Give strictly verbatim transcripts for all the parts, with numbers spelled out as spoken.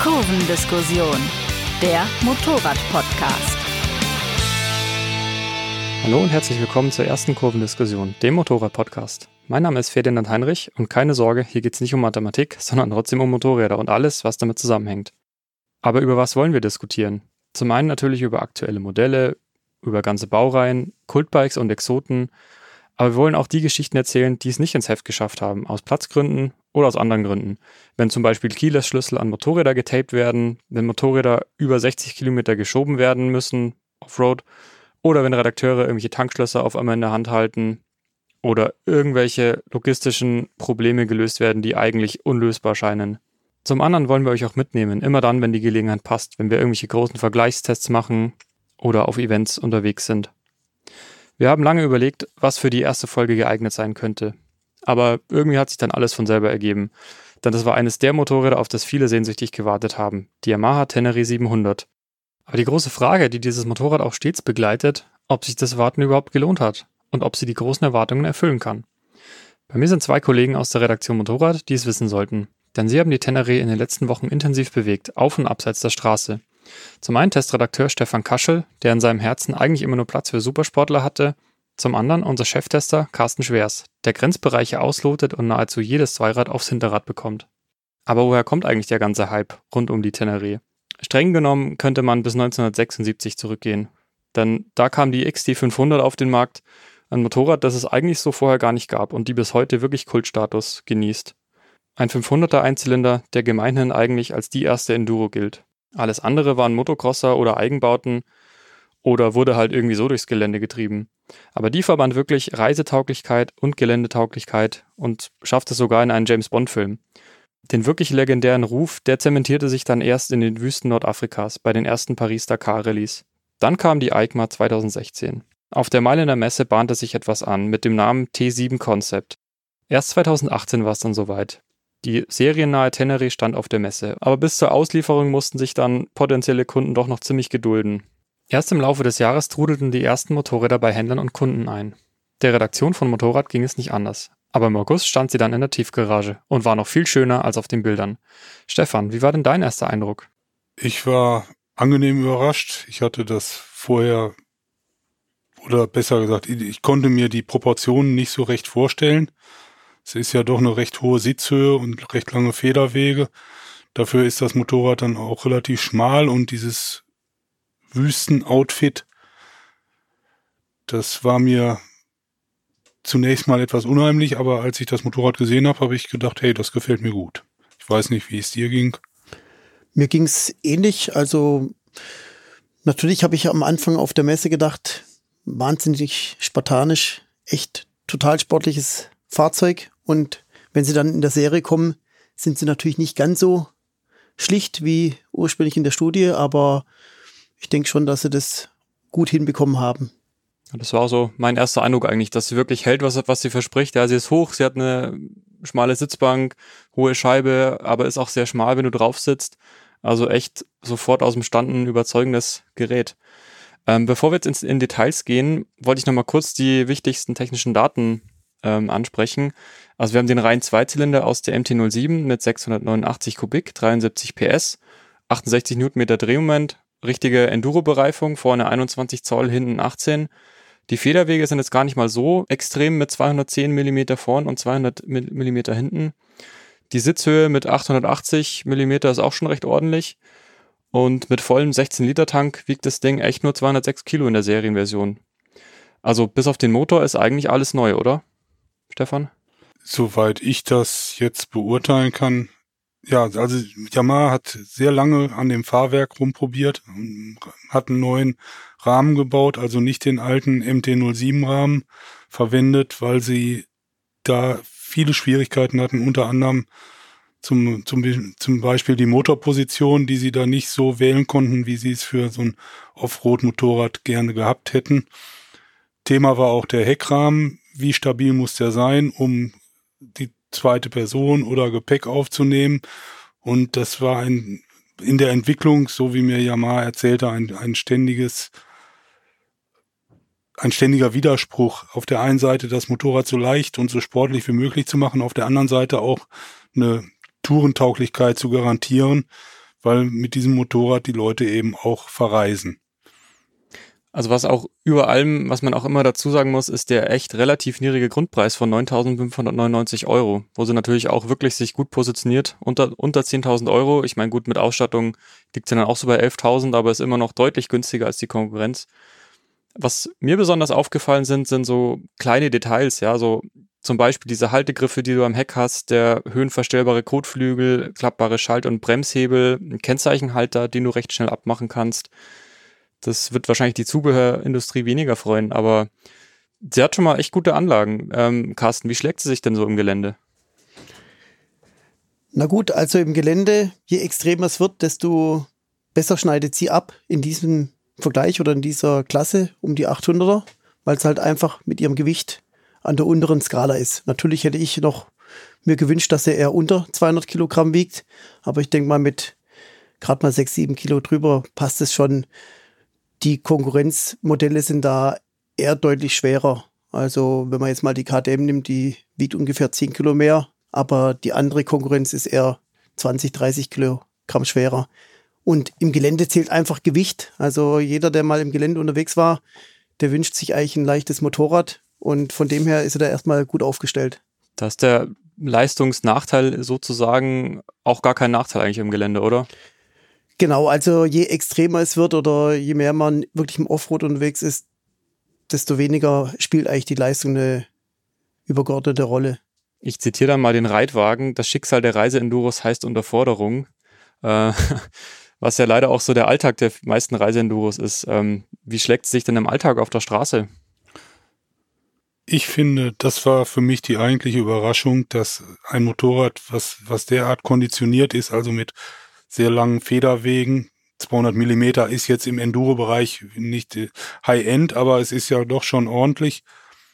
Kurvendiskussion, der Motorrad-Podcast. Hallo und herzlich willkommen zur ersten Kurvendiskussion, dem Motorrad-Podcast. Mein Name ist Ferdinand Heinrich und keine Sorge, hier geht es nicht um Mathematik, sondern trotzdem um Motorräder und alles, was damit zusammenhängt. Aber über was wollen wir diskutieren? Zum einen natürlich über aktuelle Modelle, über ganze Baureihen, Kultbikes und Exoten, aber wir wollen auch die Geschichten erzählen, die es nicht ins Heft geschafft haben, aus Platzgründen oder aus anderen Gründen. Wenn zum Beispiel Keyless-Schlüssel an Motorräder getaped werden, wenn Motorräder über sechzig Kilometer geschoben werden müssen, Offroad, oder wenn Redakteure irgendwelche Tankschlösser auf einmal in der Hand halten oder irgendwelche logistischen Probleme gelöst werden, die eigentlich unlösbar scheinen. Zum anderen wollen wir euch auch mitnehmen, immer dann, wenn die Gelegenheit passt, wenn wir irgendwelche großen Vergleichstests machen oder auf Events unterwegs sind. Wir haben lange überlegt, was für die erste Folge geeignet sein könnte. Aber irgendwie hat sich dann alles von selber ergeben. Denn das war eines der Motorräder, auf das viele sehnsüchtig gewartet haben. Die Yamaha Tenere siebenhundert. Aber die große Frage, die dieses Motorrad auch stets begleitet, ob sich das Warten überhaupt gelohnt hat und ob sie die großen Erwartungen erfüllen kann. Bei mir sind zwei Kollegen aus der Redaktion Motorrad, die es wissen sollten. Denn sie haben die Tenere in den letzten Wochen intensiv bewegt, auf und abseits der Straße. Zum einen Testredakteur Stefan Kaschel, der in seinem Herzen eigentlich immer nur Platz für Supersportler hatte. Zum anderen unser Cheftester Carsten Schwers, der Grenzbereiche auslotet und nahezu jedes Zweirad aufs Hinterrad bekommt. Aber woher kommt eigentlich der ganze Hype rund um die Tenere? Streng genommen könnte man bis neunzehnhundertsechsundsiebzig zurückgehen. Denn da kam die X T fünfhundert auf den Markt, ein Motorrad, das es eigentlich so vorher gar nicht gab und die bis heute wirklich Kultstatus genießt. Ein fünfhunderter Einzylinder, der gemeinhin eigentlich als die erste Enduro gilt. Alles andere waren Motocrosser oder Eigenbauten oder wurde halt irgendwie so durchs Gelände getrieben. Aber die verband wirklich Reisetauglichkeit und Geländetauglichkeit und schaffte es sogar in einen James-Bond-Film. Den wirklich legendären Ruf, der zementierte sich dann erst in den Wüsten Nordafrikas bei den ersten Paris-Dakar-Rallyes. Dann kam die EICMA zweitausendsechzehn. Auf der Mailänder Messe bahnte sich etwas an mit dem Namen T sieben Concept. Erst zweitausendachtzehn war es dann soweit. Die seriennahe Tenere stand auf der Messe, aber bis zur Auslieferung mussten sich dann potenzielle Kunden doch noch ziemlich gedulden. Erst im Laufe des Jahres trudelten die ersten Motorräder bei Händlern und Kunden ein. Der Redaktion von Motorrad ging es nicht anders. Aber im August stand sie dann in der Tiefgarage und war noch viel schöner als auf den Bildern. Stefan, wie war denn dein erster Eindruck? Ich war angenehm überrascht. Ich hatte das vorher, oder besser gesagt, ich konnte mir die Proportionen nicht so recht vorstellen. Es ist ja doch eine recht hohe Sitzhöhe und recht lange Federwege. Dafür ist das Motorrad dann auch relativ schmal und dieses Wüsten-Outfit, das war mir zunächst mal etwas unheimlich, aber als ich das Motorrad gesehen habe, habe ich gedacht, hey, das gefällt mir gut. Ich weiß nicht, wie es dir ging. Mir ging es ähnlich. Also natürlich habe ich am Anfang auf der Messe gedacht, wahnsinnig spartanisch, echt total sportliches Fahrzeug. Und wenn sie dann in der Serie kommen, sind sie natürlich nicht ganz so schlicht wie ursprünglich in der Studie, aber ich denke schon, dass sie das gut hinbekommen haben. Das war auch so mein erster Eindruck eigentlich, dass sie wirklich hält, was, was sie verspricht. Ja, sie ist hoch, sie hat eine schmale Sitzbank, hohe Scheibe, aber ist auch sehr schmal, wenn du drauf sitzt. Also echt sofort aus dem Stand ein überzeugendes Gerät. Ähm, bevor wir jetzt ins, in Details gehen, wollte ich nochmal kurz die wichtigsten technischen Daten ähm, ansprechen. Also wir haben den reinen Zweizylinder aus der M T null sieben mit sechshundertneunundachtzig Kubik, dreiundsiebzig P S, achtundsechzig Newtonmeter Drehmoment, richtige Enduro-Bereifung, vorne einundzwanzig Zoll, hinten achtzehn. Die Federwege sind jetzt gar nicht mal so extrem mit zweihundertzehn Millimeter vorn und zweihundert Millimeter hinten. Die Sitzhöhe mit achthundertachtzig Millimeter ist auch schon recht ordentlich. Und mit vollem sechzehn Liter Tank wiegt das Ding echt nur zweihundertsechs Kilo in der Serienversion. Also bis auf den Motor ist eigentlich alles neu, oder, Stefan? Soweit ich das jetzt beurteilen kann, ja, also Yamaha hat sehr lange an dem Fahrwerk rumprobiert, hat einen neuen Rahmen gebaut, also nicht den alten M T null sieben Rahmen verwendet, weil sie da viele Schwierigkeiten hatten, unter anderem zum, zum, zum Beispiel die Motorposition, die sie da nicht so wählen konnten, wie sie es für so ein Offroad-Motorrad gerne gehabt hätten. Thema war auch der Heckrahmen, wie stabil muss der sein, um die zweite Person oder Gepäck aufzunehmen. Und das war ein in der Entwicklung, so wie mir Yamaha erzählte, ein, ein ständiges, ein ständiger Widerspruch. Auf der einen Seite das Motorrad so leicht und so sportlich wie möglich zu machen, auf der anderen Seite auch eine Tourentauglichkeit zu garantieren, weil mit diesem Motorrad die Leute eben auch verreisen. Also was auch über allem, was man auch immer dazu sagen muss, ist der echt relativ niedrige Grundpreis von neuntausendfünfhundertneunundneunzig Euro, wo sie natürlich auch wirklich sich gut positioniert, unter, unter zehntausend Euro. Ich meine, gut, mit Ausstattung liegt sie dann auch so bei elftausend, aber ist immer noch deutlich günstiger als die Konkurrenz. Was mir besonders aufgefallen sind, sind so kleine Details, ja, so zum Beispiel diese Haltegriffe, die du am Heck hast, der höhenverstellbare Kotflügel, klappbare Schalt- und Bremshebel, ein Kennzeichenhalter, den du recht schnell abmachen kannst. Das wird wahrscheinlich die Zubehörindustrie weniger freuen, aber sie hat schon mal echt gute Anlagen. Ähm, Carsten, wie schlägt sie sich denn so im Gelände? Na gut, also im Gelände, je extremer es wird, desto besser schneidet sie ab in diesem Vergleich oder in dieser Klasse um die achthunderter, weil es halt einfach mit ihrem Gewicht an der unteren Skala ist. Natürlich hätte ich noch mir gewünscht, dass er eher unter zweihundert Kilogramm wiegt, aber ich denke mal mit gerade mal sechs, sieben Kilo drüber passt es schon. Die Konkurrenzmodelle sind da eher deutlich schwerer. Also wenn man jetzt mal die K T M nimmt, die wiegt ungefähr zehn Kilo mehr, aber die andere Konkurrenz ist eher zwanzig, dreißig Kilogramm schwerer. Und im Gelände zählt einfach Gewicht. Also jeder, der mal im Gelände unterwegs war, der wünscht sich eigentlich ein leichtes Motorrad und von dem her ist er da erstmal gut aufgestellt. Da ist der Leistungsnachteil sozusagen auch gar kein Nachteil eigentlich im Gelände, oder? Genau, also je extremer es wird oder je mehr man wirklich im Offroad unterwegs ist, desto weniger spielt eigentlich die Leistung eine übergeordnete Rolle. Ich zitiere dann mal den Reitwagen. Das Schicksal der Reiseenduros heißt Unterforderung. Äh, was ja leider auch so der Alltag der meisten Reiseenduros ist. Ähm, wie schlägt es sich denn im Alltag auf der Straße? Ich finde, das war für mich die eigentliche Überraschung, dass ein Motorrad, was, was derart konditioniert ist, also mit sehr langen Federwegen, zweihundert Millimeter ist jetzt im Enduro-Bereich nicht High-End, aber es ist ja doch schon ordentlich.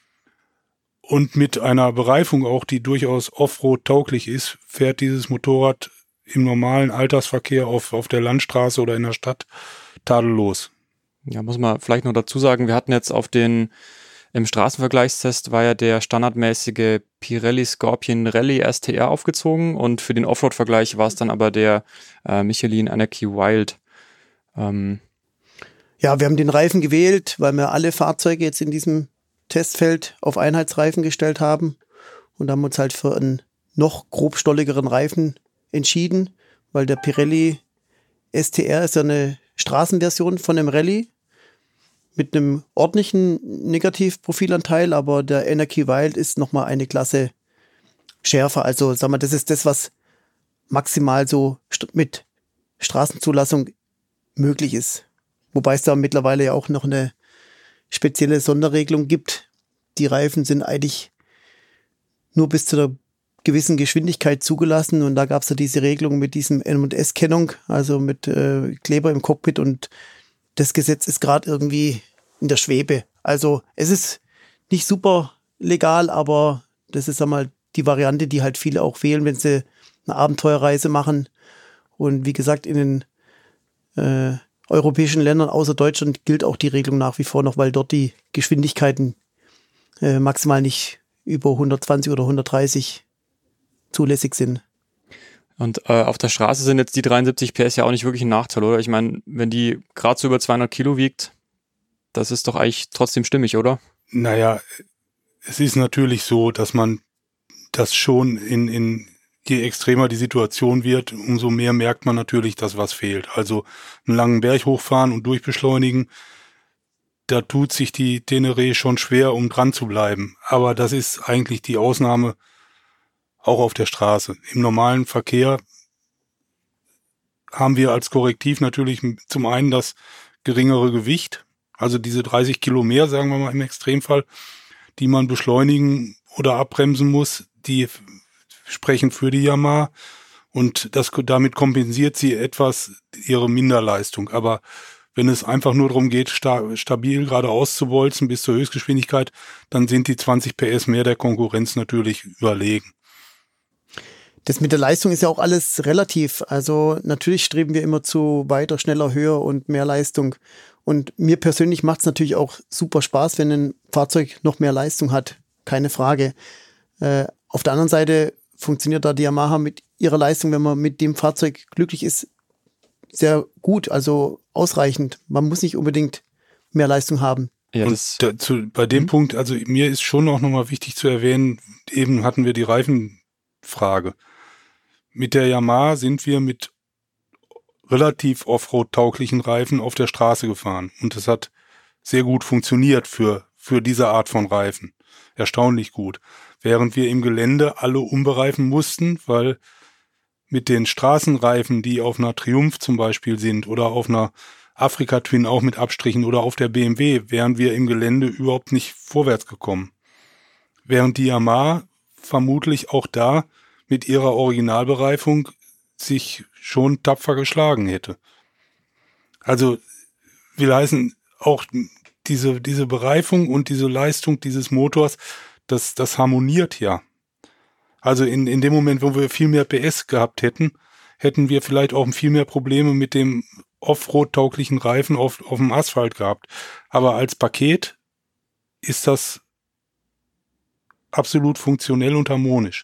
Und mit einer Bereifung auch, die durchaus Offroad-tauglich ist, fährt dieses Motorrad im normalen Alltagsverkehr auf, auf der Landstraße oder in der Stadt tadellos. Ja, muss man vielleicht noch dazu sagen, wir hatten jetzt auf den, im Straßenvergleichstest war ja der standardmäßige Pirelli Scorpion Rally S T R aufgezogen und für den Offroad-Vergleich war es dann aber der äh, Michelin Anarchy Wild. Ähm, ja, wir haben den Reifen gewählt, weil wir alle Fahrzeuge jetzt in diesem Testfeld auf Einheitsreifen gestellt haben und haben uns halt für einen noch grobstolligeren Reifen entschieden, weil der Pirelli S T R ist ja eine Straßenversion von dem Rallye mit einem ordentlichen Negativprofilanteil, aber der Anarchy Wild ist nochmal eine Klasse schärfer. Also sagen wir, das ist das, was maximal so st- mit Straßenzulassung möglich ist. Wobei es da mittlerweile ja auch noch eine spezielle Sonderregelung gibt. Die Reifen sind eigentlich nur bis zu einer gewissen Geschwindigkeit zugelassen und da gab es ja diese Regelung mit diesem N und S-Kennung, also mit äh, Kleber im Cockpit und das Gesetz ist gerade irgendwie in der Schwebe. Also es ist nicht super legal, aber das ist einmal die Variante, die halt viele auch wählen, wenn sie eine Abenteuerreise machen. Und wie gesagt, in den äh, europäischen Ländern außer Deutschland gilt auch die Regelung nach wie vor noch, weil dort die Geschwindigkeiten äh, maximal nicht über hundertzwanzig oder hundertdreißig zulässig sind. Und äh, auf der Straße sind jetzt die dreiundsiebzig P S ja auch nicht wirklich ein Nachteil, oder? Ich meine, wenn die gerade so über zweihundert Kilo wiegt, das ist doch eigentlich trotzdem stimmig, oder? Naja, es ist natürlich so, dass man das schon in, in je extremer die Situation wird, umso mehr merkt man natürlich, dass was fehlt. Also einen langen Berg hochfahren und durchbeschleunigen, da tut sich die Teneré schon schwer, um dran zu bleiben. Aber das ist eigentlich die Ausnahme auch auf der Straße. Im normalen Verkehr haben wir als Korrektiv natürlich zum einen das geringere Gewicht, also diese dreißig Kilo mehr, sagen wir mal im Extremfall, die man beschleunigen oder abbremsen muss, die sprechen für die Yamaha und das, damit kompensiert sie etwas ihre Minderleistung. Aber wenn es einfach nur darum geht, sta- stabil geradeaus zu bolzen bis zur Höchstgeschwindigkeit, dann sind die zwanzig P S mehr der Konkurrenz natürlich überlegen. Das mit der Leistung ist ja auch alles relativ. Also natürlich streben wir immer zu weiter, schneller, höher und mehr Leistung. Und mir persönlich macht es natürlich auch super Spaß, wenn ein Fahrzeug noch mehr Leistung hat. Keine Frage. Äh, auf der anderen Seite funktioniert da die Yamaha mit ihrer Leistung, wenn man mit dem Fahrzeug glücklich ist, sehr gut, also ausreichend. Man muss nicht unbedingt mehr Leistung haben. Ja, und das, dazu, bei dem Mhm. Punkt, also mir ist schon auch nochmal wichtig zu erwähnen, eben hatten wir die Reifenfrage. Mit der Yamaha sind wir mit relativ Offroad-tauglichen Reifen auf der Straße gefahren. Und das hat sehr gut funktioniert für, für diese Art von Reifen. Erstaunlich gut. Während wir im Gelände alle umbereifen mussten, weil mit den Straßenreifen, die auf einer Triumph zum Beispiel sind oder auf einer Afrika Twin auch mit Abstrichen oder auf der B M W, wären wir im Gelände überhaupt nicht vorwärts gekommen. Während die Yamaha vermutlich auch da mit ihrer Originalbereifung sich schon tapfer geschlagen hätte. Also will heißen, auch diese, diese Bereifung und diese Leistung dieses Motors, das, das harmoniert ja. Also in, in dem Moment, wo wir viel mehr P S gehabt hätten, hätten wir vielleicht auch viel mehr Probleme mit dem Offroad-tauglichen Reifen auf, auf dem Asphalt gehabt. Aber als Paket ist das absolut funktionell und harmonisch.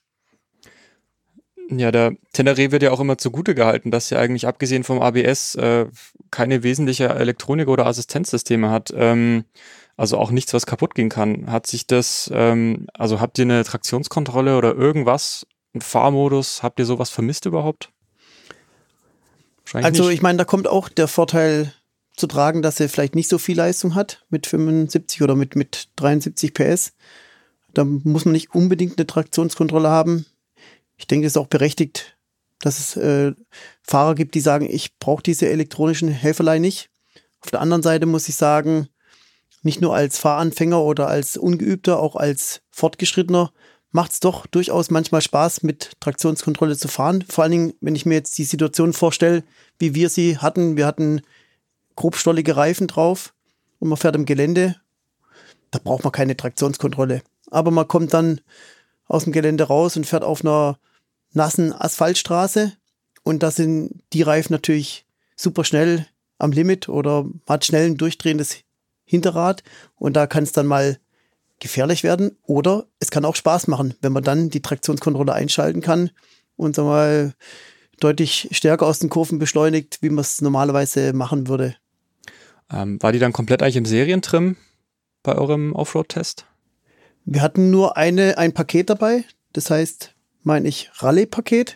ja, der Tenere wird ja auch immer zugute gehalten, dass er eigentlich abgesehen vom A B S äh, keine wesentliche Elektronik oder Assistenzsysteme hat. Ähm, also auch nichts, was kaputt gehen kann. Hat sich das, ähm, also habt ihr eine Traktionskontrolle oder irgendwas, einen Fahrmodus, habt ihr sowas vermisst überhaupt? Wahrscheinlich Also nicht. ich meine, da kommt auch der Vorteil zu tragen, dass er vielleicht nicht so viel Leistung hat mit fünfundsiebzig oder mit, mit dreiundsiebzig P S. Da muss man nicht unbedingt eine Traktionskontrolle haben. Ich denke, es ist auch berechtigt, dass es äh, Fahrer gibt, die sagen, ich brauche diese elektronischen Helferlein nicht. Auf der anderen Seite muss ich sagen, nicht nur als Fahranfänger oder als Ungeübter, auch als Fortgeschrittener macht es doch durchaus manchmal Spaß, mit Traktionskontrolle zu fahren. Vor allen Dingen, wenn ich mir jetzt die Situation vorstelle, wie wir sie hatten. Wir hatten grobstollige Reifen drauf und man fährt im Gelände. Da braucht man keine Traktionskontrolle. Aber man kommt dann aus dem Gelände raus und fährt auf einer nassen Asphaltstraße. Und da sind die Reifen natürlich super schnell am Limit oder hat schnell ein durchdrehendes Hinterrad. Und da kann es dann mal gefährlich werden. Oder es kann auch Spaß machen, wenn man dann die Traktionskontrolle einschalten kann und sagen wir mal deutlich stärker aus den Kurven beschleunigt, wie man es normalerweise machen würde. Ähm, war die dann komplett eigentlich im Serientrim bei eurem Offroad-Test? Wir hatten nur eine, ein Paket dabei, das heißt, meine ich, Rallye-Paket.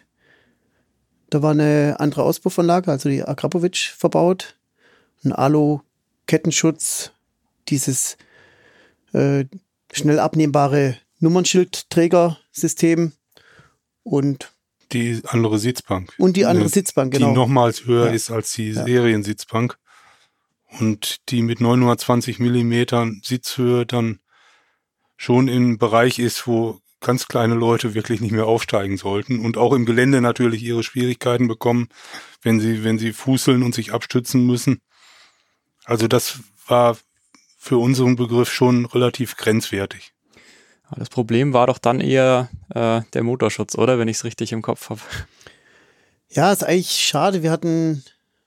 Da war eine andere Auspuffanlage, also die Akrapovic verbaut. Ein Alu-Kettenschutz, dieses äh, schnell abnehmbare Nummernschildträgersystem und Die andere Sitzbank. Und die andere Ne, Sitzbank, genau. Die nochmals höher Ja. ist als die Ja. Seriensitzbank. Und die mit neunhundertzwanzig Millimeter Sitzhöhe dann schon im Bereich ist, wo ganz kleine Leute wirklich nicht mehr aufsteigen sollten und auch im Gelände natürlich ihre Schwierigkeiten bekommen, wenn sie, wenn sie fußeln und sich abstützen müssen. Also das war für unseren Begriff schon relativ grenzwertig. Ja, das Problem war doch dann eher äh, der Motorschutz, oder? Wenn ich es richtig im Kopf habe. Ja, ist eigentlich schade. Wir hatten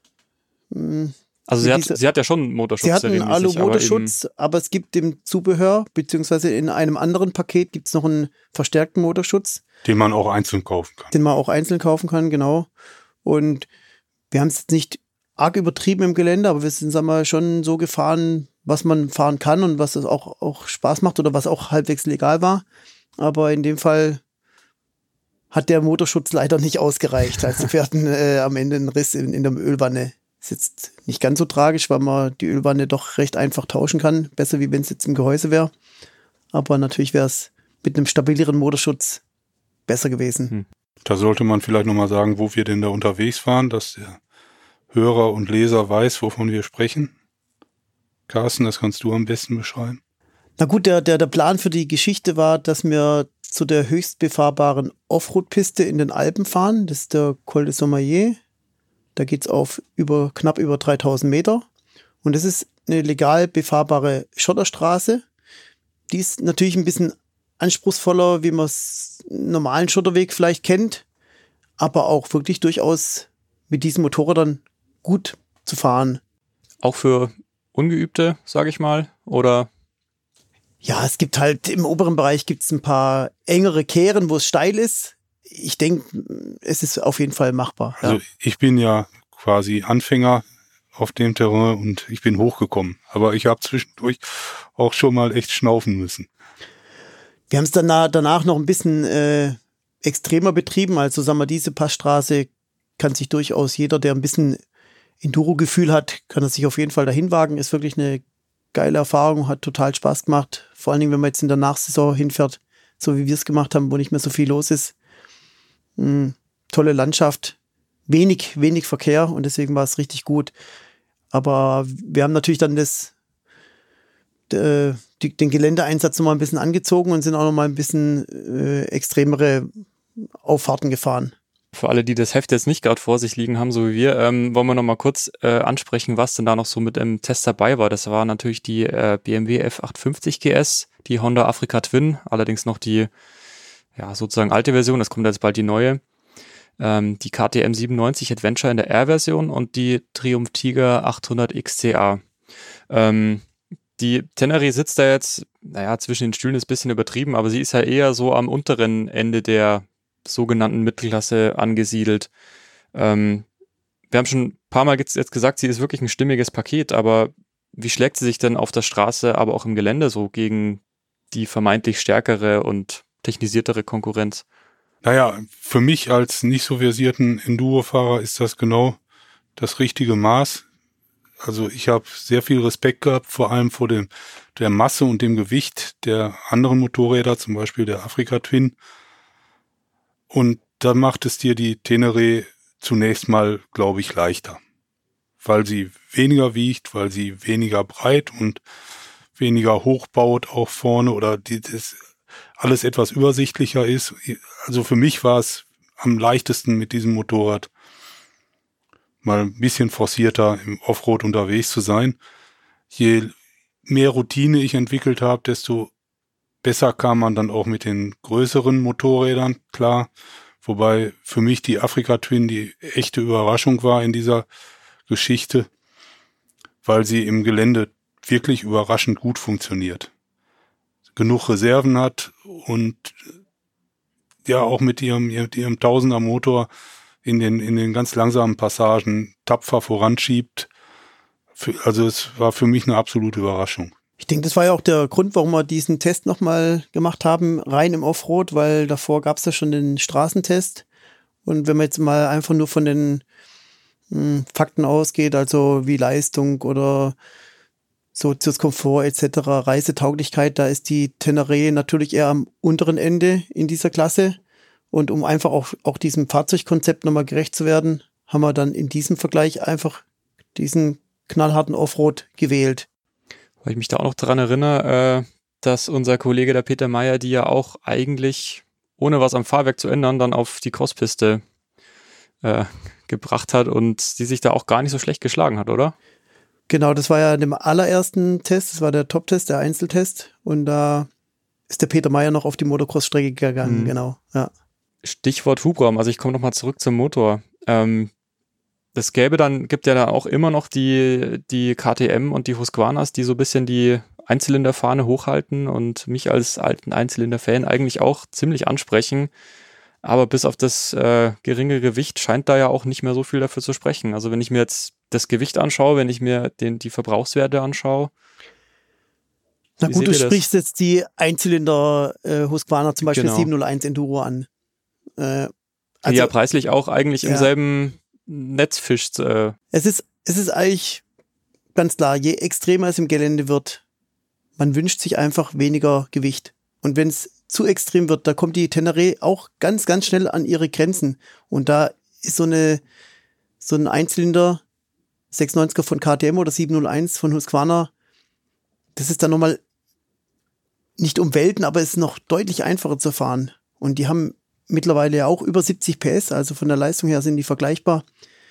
mh, Also sie Mit hat, dieser- sie hat ja schon Motorschutz. Sie hatten einen serienmäßig, aber Alu-Motorschutz, aber, aber es gibt im Zubehör, beziehungsweise in einem anderen Paket gibt es noch einen verstärkten Motorschutz, Den man auch einzeln kaufen kann. den man auch einzeln kaufen kann, genau. Und wir haben es jetzt nicht arg übertrieben im Gelände, aber wir sind, sagen wir, schon so gefahren, was man fahren kann und was es auch, auch Spaß macht oder was auch halbwegs legal war. Aber in dem Fall hat der Motorschutz leider nicht ausgereicht. Also wir hatten äh, am Ende einen Riss in, in der Ölwanne. Ist jetzt nicht ganz so tragisch, weil man die Ölwanne doch recht einfach tauschen kann. Besser, wie wenn es jetzt im Gehäuse wäre. Aber natürlich wäre es mit einem stabileren Motorschutz besser gewesen. Hm. Da sollte man vielleicht nochmal sagen, wo wir denn da unterwegs waren, dass der Hörer und Leser weiß, wovon wir sprechen. Carsten, das kannst du am besten beschreiben. Na gut, der, der, der Plan für die Geschichte war, dass wir zu der höchst befahrbaren Offroad-Piste in den Alpen fahren. Das ist der Col de Sommaillet. Da geht's auf über, knapp über dreitausend Meter. Und das ist eine legal befahrbare Schotterstraße. Die ist natürlich ein bisschen anspruchsvoller, wie man es normalen Schotterweg vielleicht kennt. Aber auch wirklich durchaus mit diesen Motorrädern gut zu fahren. Auch für Ungeübte, sage ich mal, oder? Ja, es gibt halt im oberen Bereich gibt's ein paar engere Kehren, wo es steil ist. Ich denke, es ist auf jeden Fall machbar. Ja. Also ich bin ja quasi Anfänger auf dem Terrain und ich bin hochgekommen. Aber ich habe zwischendurch auch schon mal echt schnaufen müssen. Wir haben es danach, danach noch ein bisschen äh, extremer betrieben. Also sagen wir, diese Passstraße kann sich durchaus jeder, der ein bisschen Enduro-Gefühl hat, kann er sich auf jeden Fall dahin wagen. Ist wirklich eine geile Erfahrung, hat total Spaß gemacht. Vor allen Dingen, wenn man jetzt in der Nachsaison hinfährt, so wie wir es gemacht haben, wo nicht mehr so viel los ist. Mhm. Tolle Landschaft, wenig, wenig Verkehr und deswegen war es richtig gut. Aber wir haben natürlich dann das, äh, die, den Geländeeinsatz noch mal ein bisschen angezogen und sind auch noch mal ein bisschen äh, extremere Auffahrten gefahren. Für alle, die das Heft jetzt nicht gerade vor sich liegen haben, so wie wir, ähm, wollen wir noch mal kurz äh, ansprechen, was denn da noch so mit im Test dabei war. Das war natürlich die äh, B M W F achthundertfünfzig G S, die Honda Africa Twin, allerdings noch die ja sozusagen alte Version, es kommt jetzt bald die neue. Ähm, die K T M siebenundneunzig Adventure in der R-Version und die Triumph Tiger achthundert X C A. Ähm, die Tenere sitzt da jetzt, naja, zwischen den Stühlen ist ein bisschen übertrieben, aber sie ist ja eher so am unteren Ende der sogenannten Mittelklasse angesiedelt. Ähm, wir haben schon ein paar Mal jetzt gesagt, sie ist wirklich ein stimmiges Paket, aber wie schlägt sie sich denn auf der Straße, aber auch im Gelände so gegen die vermeintlich stärkere und technisiertere Konkurrenz? Naja, für mich als nicht so versierten Enduro-Fahrer ist das genau das richtige Maß. Also ich habe sehr viel Respekt gehabt, vor allem vor dem, der Masse und dem Gewicht der anderen Motorräder, zum Beispiel der Africa Twin. Und da macht es dir die Tenere zunächst mal, glaube ich, leichter. Weil sie weniger wiegt, weil sie weniger breit und weniger hoch baut auch vorne oder die, das alles etwas übersichtlicher ist. Also für mich war es am leichtesten mit diesem Motorrad mal ein bisschen forcierter im Offroad unterwegs zu sein. Je mehr Routine ich entwickelt habe, desto besser kam man dann auch mit den größeren Motorrädern klar, wobei für mich die Africa Twin die echte Überraschung war in dieser Geschichte, weil sie im Gelände wirklich überraschend gut funktioniert. Genug Reserven hat und ja auch mit ihrem, mit ihrem Tausender Motor in den, in den ganz langsamen Passagen tapfer voranschiebt. Also es war für mich eine absolute Überraschung. Ich denke, das war ja auch der Grund, warum wir diesen Test nochmal gemacht haben, rein im Offroad, weil davor gab es ja schon den Straßentest. Und wenn man jetzt mal einfach nur von den mh, Fakten ausgeht, also wie Leistung oder Soziuskomfort et cetera, Reisetauglichkeit, da ist die Tenere natürlich eher am unteren Ende in dieser Klasse. Und um einfach auch, auch diesem Fahrzeugkonzept nochmal gerecht zu werden, haben wir dann in diesem Vergleich einfach diesen knallharten Offroad gewählt. Weil ich mich da auch noch dran erinnere, äh, dass unser Kollege der Peter Meyer die ja auch eigentlich, ohne was am Fahrwerk zu ändern, dann auf die Crosspiste äh, gebracht hat und die sich da auch gar nicht so schlecht geschlagen hat, oder? Genau, das war ja dem allerersten Test, das war der Top-Test, der Einzeltest und da ist der Peter Meyer noch auf die Motocross-Strecke gegangen, mhm. Genau, ja. Stichwort Hubraum, also ich komme nochmal zurück zum Motor. Ähm, Das gäbe dann, gibt ja da auch immer noch die, die K T M und die Husqvarnas, die so ein bisschen die Einzylinderfahne hochhalten und mich als alten Einzylinder-Fan eigentlich auch ziemlich ansprechen. Aber bis auf das äh, geringe Gewicht scheint da ja auch nicht mehr so viel dafür zu sprechen. Also wenn ich mir jetzt das Gewicht anschaue, wenn ich mir den, die Verbrauchswerte anschaue. Na gut, du sprichst jetzt die Einzylinder äh, Husqvarna, zum Beispiel genau. siebenhunderteins Enduro an. Äh, also, die ja preislich auch eigentlich ja. im selben Netz fischt. Äh. Es ist, es ist eigentlich ganz klar, je extremer es im Gelände wird, man wünscht sich einfach weniger Gewicht. Und wenn es zu extrem wird, da kommt die Tenere auch ganz, ganz schnell an ihre Grenzen. Und da ist so eine, so ein Einzylinder sechsundneunziger von K T M oder siebenhunderteins von Husqvarna, das ist dann nochmal nicht um Welten, aber es ist noch deutlich einfacher zu fahren. Und die haben mittlerweile ja auch über siebzig P S, also von der Leistung her sind die vergleichbar.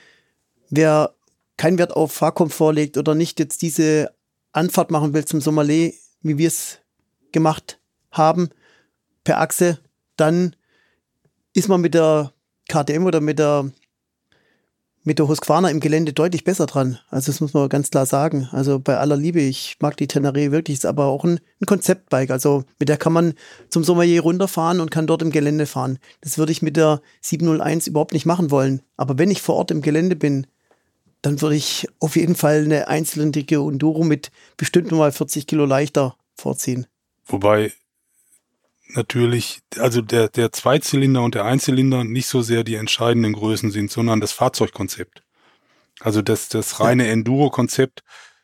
Wer keinen Wert auf Fahrkomfort legt oder nicht jetzt diese Anfahrt machen will zum Sommerlee, wie wir es gemacht haben, per Achse, dann ist man mit der K T M oder mit der mit der Husqvarna im Gelände deutlich besser dran. Also das muss man ganz klar sagen. Also bei aller Liebe, ich mag die Tenere wirklich, ist aber auch ein, ein Konzeptbike. Also mit der kann man zum Sommerlee runterfahren und kann dort im Gelände fahren. Das würde ich mit der siebenhunderteins überhaupt nicht machen wollen. Aber wenn ich vor Ort im Gelände bin, dann würde ich auf jeden Fall eine einzylinдрige Enduro mit bestimmt nochmal vierzig Kilo leichter vorziehen. Wobei natürlich, also der, der Zweizylinder und der Einzylinder nicht so sehr die entscheidenden Größen sind, sondern das Fahrzeugkonzept. Also das, das reine ja. Enduro-Konzept.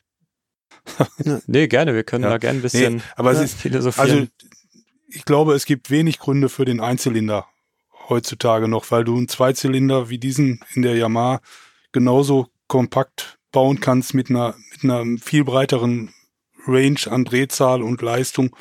Nee, gerne, wir können ja. da gerne ein bisschen nee, aber ja, es ist, philosophieren. Also ich glaube, es gibt wenig Gründe für den Einzylinder heutzutage noch, weil du einen Zweizylinder wie diesen in der Yamaha genauso kompakt bauen kannst mit einer, mit einer viel breiteren Range an Drehzahl und Leistung.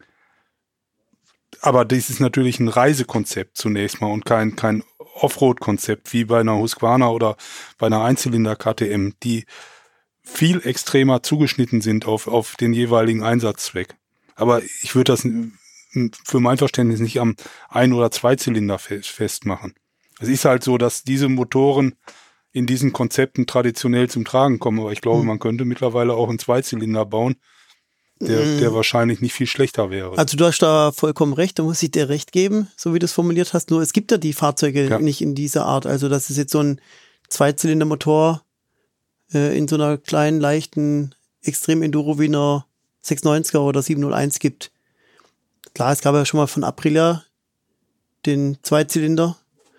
Aber das ist natürlich ein Reisekonzept zunächst mal und kein, kein Offroad-Konzept wie bei einer Husqvarna oder bei einer Einzylinder-K T M, die viel extremer zugeschnitten sind auf, auf den jeweiligen Einsatzzweck. Aber ich würde das für mein Verständnis nicht am Ein- oder Zweizylinder festmachen. Es ist halt so, dass diese Motoren in diesen Konzepten traditionell zum Tragen kommen. Aber ich glaube, mhm. man könnte mittlerweile auch einen Zweizylinder bauen, der, mhm. der wahrscheinlich nicht viel schlechter wäre. Also du hast da vollkommen recht, da muss ich dir recht geben, so wie du es formuliert hast. Nur es gibt ja die Fahrzeuge ja. nicht in dieser Art. Also das ist jetzt so ein Zweizylindermotor äh, in so einer kleinen, leichten Extrem-Enduro wie einer sechshundertneunziger oder siebenhunderteins gibt. Klar, es gab ja schon mal von Aprilia den Zweizylinder,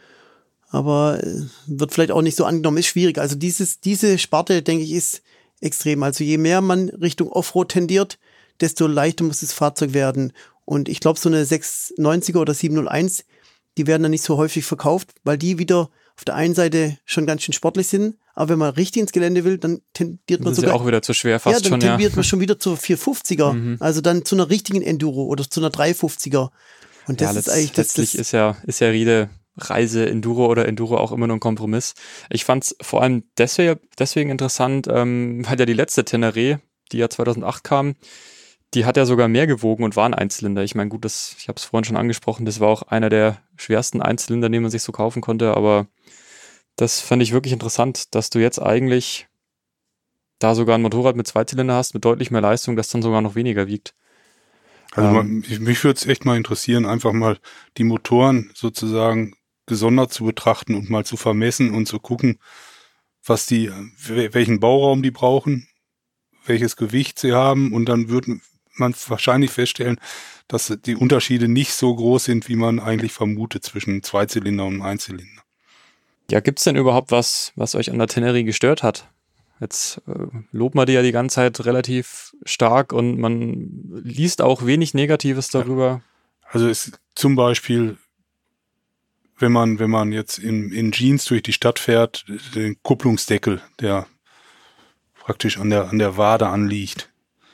aber wird vielleicht auch nicht so angenommen, ist schwierig. Also dieses, diese Sparte, denke ich, ist extrem. Also je mehr man Richtung Offroad tendiert, desto leichter muss das Fahrzeug werden. Und ich glaube, so eine sechshundertneunziger oder siebenhunderteins, die werden dann nicht so häufig verkauft, weil die wieder auf der einen Seite schon ganz schön sportlich sind, aber wenn man richtig ins Gelände will, dann tendiert man das sogar... ist ja auch wieder zu schwer fast schon, ja. Dann tendiert ja. man schon wieder zur vierhundertfünfziger, mhm. also dann zu einer richtigen Enduro oder zu einer dreihundertfünfziger. Und das ja, ist eigentlich... Das, letztlich das ist ja, ist ja Riede Reise, Enduro oder Enduro auch immer nur ein Kompromiss. Ich fand es vor allem deswegen, deswegen interessant, ähm, weil ja die letzte Teneré, die ja zweitausendacht kam, die hat ja sogar mehr gewogen und war ein Einzylinder. Ich meine, gut, das, ich habe es vorhin schon angesprochen, das war auch einer der schwersten Einzylinder, den man sich so kaufen konnte, aber das fand ich wirklich interessant, dass du jetzt eigentlich da sogar ein Motorrad mit Zweizylinder hast, mit deutlich mehr Leistung, das dann sogar noch weniger wiegt. Also ähm, man, mich würde es echt mal interessieren, einfach mal die Motoren sozusagen gesondert zu betrachten und mal zu vermessen und zu gucken, was die, welchen Bauraum die brauchen, welches Gewicht sie haben, und dann würde man wahrscheinlich feststellen, dass die Unterschiede nicht so groß sind, wie man eigentlich vermutet zwischen Zweizylinder und Einzylinder. Ja, gibt's denn überhaupt was, was euch an der Teneré gestört hat? Jetzt äh, lobt man die ja die ganze Zeit relativ stark und man liest auch wenig Negatives darüber. Ja. Also es zum Beispiel, wenn man, wenn man jetzt in, in Jeans durch die Stadt fährt, den Kupplungsdeckel, der praktisch an der, an der Wade anliegt.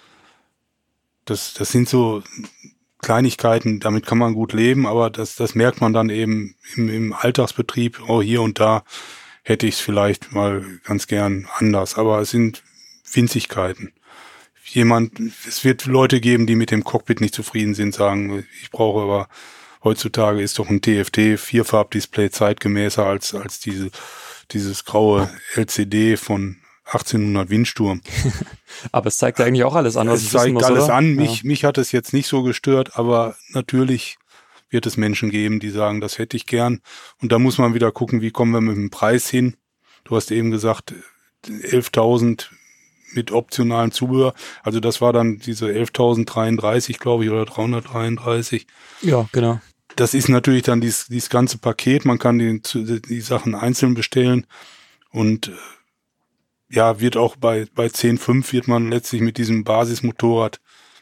Das, das sind so Kleinigkeiten, damit kann man gut leben, aber das, das merkt man dann eben im, im Alltagsbetrieb, oh, hier und da hätte ich es vielleicht mal ganz gern anders, aber es sind Winzigkeiten. Jemand, es wird Leute geben, die mit dem Cockpit nicht zufrieden sind, sagen, ich brauche aber, heutzutage ist doch ein T F T Vierfarbdisplay zeitgemäßer als, als diese, dieses graue L C D von achtzehnhundert Windsturm. Aber es zeigt ja eigentlich auch alles an, was es ich wissen muss, zeigt alles oder? an. Mich, ja. mich hat es jetzt nicht so gestört, aber natürlich wird es Menschen geben, die sagen, das hätte ich gern. Und da muss man wieder gucken, wie kommen wir mit dem Preis hin. Du hast eben gesagt, elftausend mit optionalen Zubehör. Also das war dann diese elftausenddreiunddreißig, glaube ich, oder dreihundertdreiunddreißig. Ja, genau. Das ist natürlich dann dieses, dieses ganze Paket. Man kann die, die Sachen einzeln bestellen und ja, wird auch bei, bei zehn Komma fünf wird man letztlich mit diesem Basismotorrad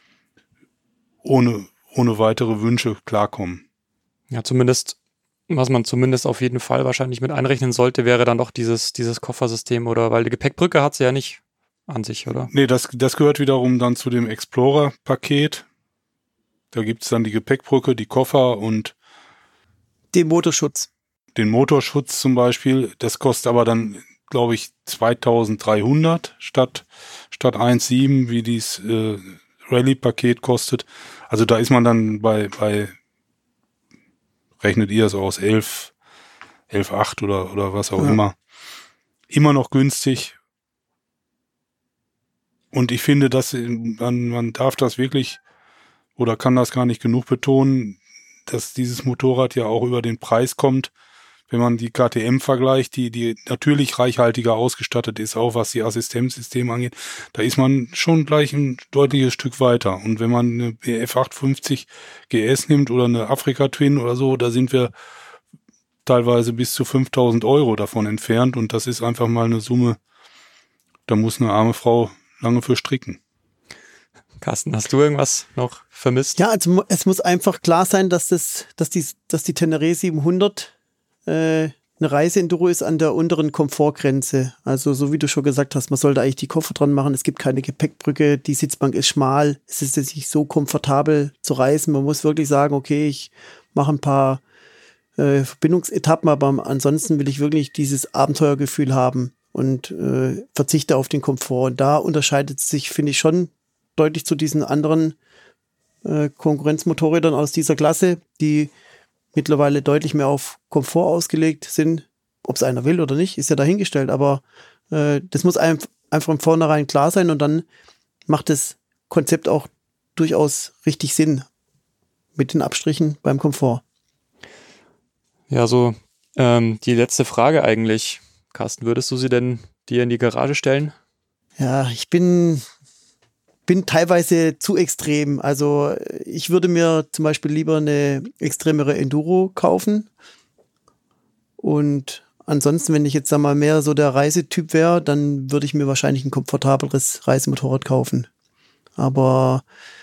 ohne, ohne weitere Wünsche klarkommen. Ja, zumindest, was man zumindest auf jeden Fall wahrscheinlich mit einrechnen sollte, wäre dann doch dieses, dieses Koffersystem, oder, weil die Gepäckbrücke hat sie ja nicht an sich, oder? Nee, das, das gehört wiederum dann zu dem Explorer-Paket. Da gibt's dann die Gepäckbrücke, die Koffer und den Motorschutz. Den Motorschutz zum Beispiel. Das kostet aber dann, glaube ich, zweitausenddreihundert statt, statt eins Komma sieben, wie dieses äh, Rallye-Paket kostet. Also da ist man dann bei, bei rechnet ihr es aus, elf, elf Komma acht oder, oder was auch ja. immer. Immer noch günstig. Und ich finde, dass man, man darf das wirklich oder kann das gar nicht genug betonen, dass dieses Motorrad ja auch über den Preis kommt, wenn man die K T M vergleicht, die, die natürlich reichhaltiger ausgestattet ist, auch was die Assistenzsysteme angeht, da ist man schon gleich ein deutliches Stück weiter. Und wenn man eine B F achthundertfünfzig G S nimmt oder eine Afrika Twin oder so, da sind wir teilweise bis zu fünftausend Euro davon entfernt. Und das ist einfach mal eine Summe, da muss eine arme Frau lange für stricken. Carsten, hast du irgendwas noch vermisst? Ja, also es muss einfach klar sein, dass das, dass die, dass die Tenere siebenhundert äh, eine Reiseenduro ist an der unteren Komfortgrenze. Also so wie du schon gesagt hast, man sollte eigentlich die Koffer dran machen. Es gibt keine Gepäckbrücke, die Sitzbank ist schmal. Es ist jetzt nicht so komfortabel zu reisen. Man muss wirklich sagen, okay, ich mache ein paar äh, Verbindungsetappen, aber ansonsten will ich wirklich dieses Abenteuergefühl haben und äh, verzichte auf den Komfort. Und da unterscheidet es sich, finde ich, schon deutlich zu diesen anderen äh, Konkurrenzmotorrädern aus dieser Klasse, die mittlerweile deutlich mehr auf Komfort ausgelegt sind. Ob es einer will oder nicht, ist ja dahingestellt, aber äh, das muss einem einfach von vornherein klar sein und dann macht das Konzept auch durchaus richtig Sinn mit den Abstrichen beim Komfort. Ja, so ähm, die letzte Frage eigentlich. Carsten, würdest du sie denn dir in die Garage stellen? Ja, ich bin bin teilweise zu extrem. Also ich würde mir zum Beispiel lieber eine extremere Enduro kaufen. Und ansonsten, wenn ich jetzt sag mal mehr so der Reisetyp wäre, dann würde ich mir wahrscheinlich ein komfortableres Reisemotorrad kaufen. Aber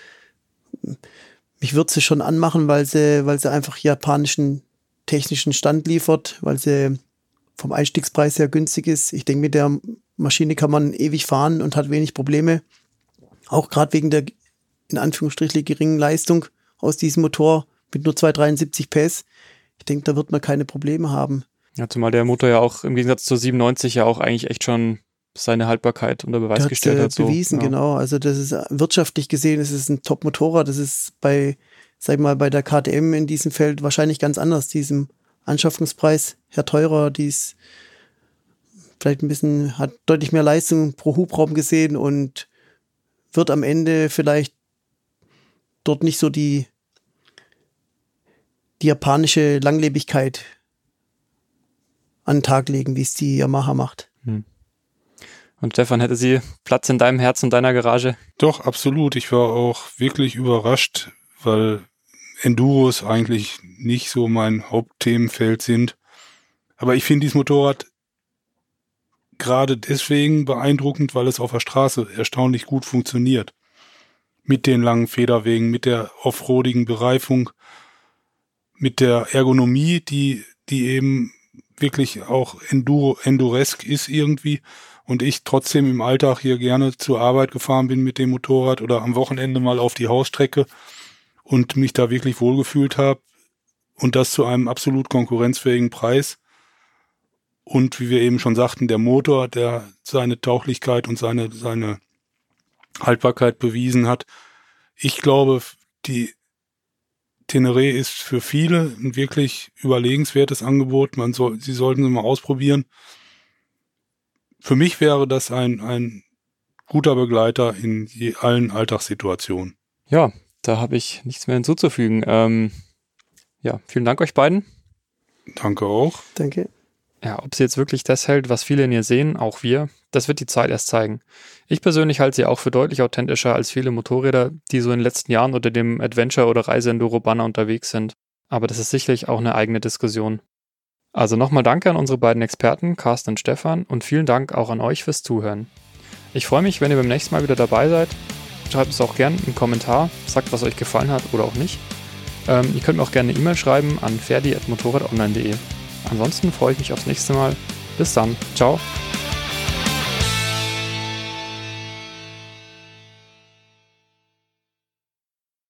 mich würde sie schon anmachen, weil sie, weil sie einfach japanischen technischen Stand liefert, weil sie vom Einstiegspreis sehr günstig ist. Ich denke, mit der Maschine kann man ewig fahren und hat wenig Probleme. Auch gerade wegen der, in Anführungsstrichen, geringen Leistung aus diesem Motor mit nur zweihundertdreiundsiebzig P S. Ich denke, da wird man keine Probleme haben. Ja, zumal der Motor ja auch im Gegensatz zur siebenundneunzig ja auch eigentlich echt schon seine Haltbarkeit unter Beweis gestellt hat. So. Bewiesen, ja. Genau. Also das ist wirtschaftlich gesehen, das ist ein Top-Motorrad. Das ist bei, sag ich mal, bei der K T M in diesem Feld wahrscheinlich ganz anders. Diesem Anschaffungspreis her teurer, die ist vielleicht ein bisschen, hat deutlich mehr Leistung pro Hubraum gesehen und wird am Ende vielleicht dort nicht so die, die japanische Langlebigkeit an den Tag legen, wie es die Yamaha macht. Hm. Und Stefan, hätte sie Platz in deinem Herz und deiner Garage? Doch, absolut. Ich war auch wirklich überrascht, weil Enduros eigentlich nicht so mein Hauptthemenfeld sind. Aber ich finde dieses Motorrad gerade deswegen beeindruckend, weil es auf der Straße erstaunlich gut funktioniert. Mit den langen Federwegen, mit der offroadigen Bereifung, mit der Ergonomie, die, die eben wirklich auch Enduro, Enduresk ist irgendwie. Und ich trotzdem im Alltag hier gerne zur Arbeit gefahren bin mit dem Motorrad oder am Wochenende mal auf die Hausstrecke und mich da wirklich wohlgefühlt habe. Und das zu einem absolut konkurrenzfähigen Preis. Und wie wir eben schon sagten, der Motor, der seine Tauglichkeit und seine, seine Haltbarkeit bewiesen hat. Ich glaube, die Tenere ist für viele ein wirklich überlegenswertes Angebot. Man soll, sie sollten sie mal ausprobieren. Für mich wäre das ein, ein guter Begleiter in je, allen Alltagssituationen. Ja, da habe ich nichts mehr hinzuzufügen. Ähm, ja, vielen Dank euch beiden. Danke auch. Danke. Ja, ob sie jetzt wirklich das hält, was viele in ihr sehen, auch wir, das wird die Zeit erst zeigen. Ich persönlich halte sie auch für deutlich authentischer als viele Motorräder, die so in den letzten Jahren unter dem Adventure- oder Reise-Enduro-Banner unterwegs sind. Aber das ist sicherlich auch eine eigene Diskussion. Also nochmal danke an unsere beiden Experten, Carsten und Stefan, und vielen Dank auch an euch fürs Zuhören. Ich freue mich, wenn ihr beim nächsten Mal wieder dabei seid. Schreibt es auch gerne einen Kommentar, sagt, was euch gefallen hat oder auch nicht. Ähm, ihr könnt mir auch gerne eine E-Mail schreiben an ferdi at motorradonline punkt de. Ansonsten freue ich mich aufs nächste Mal. Bis dann. Ciao.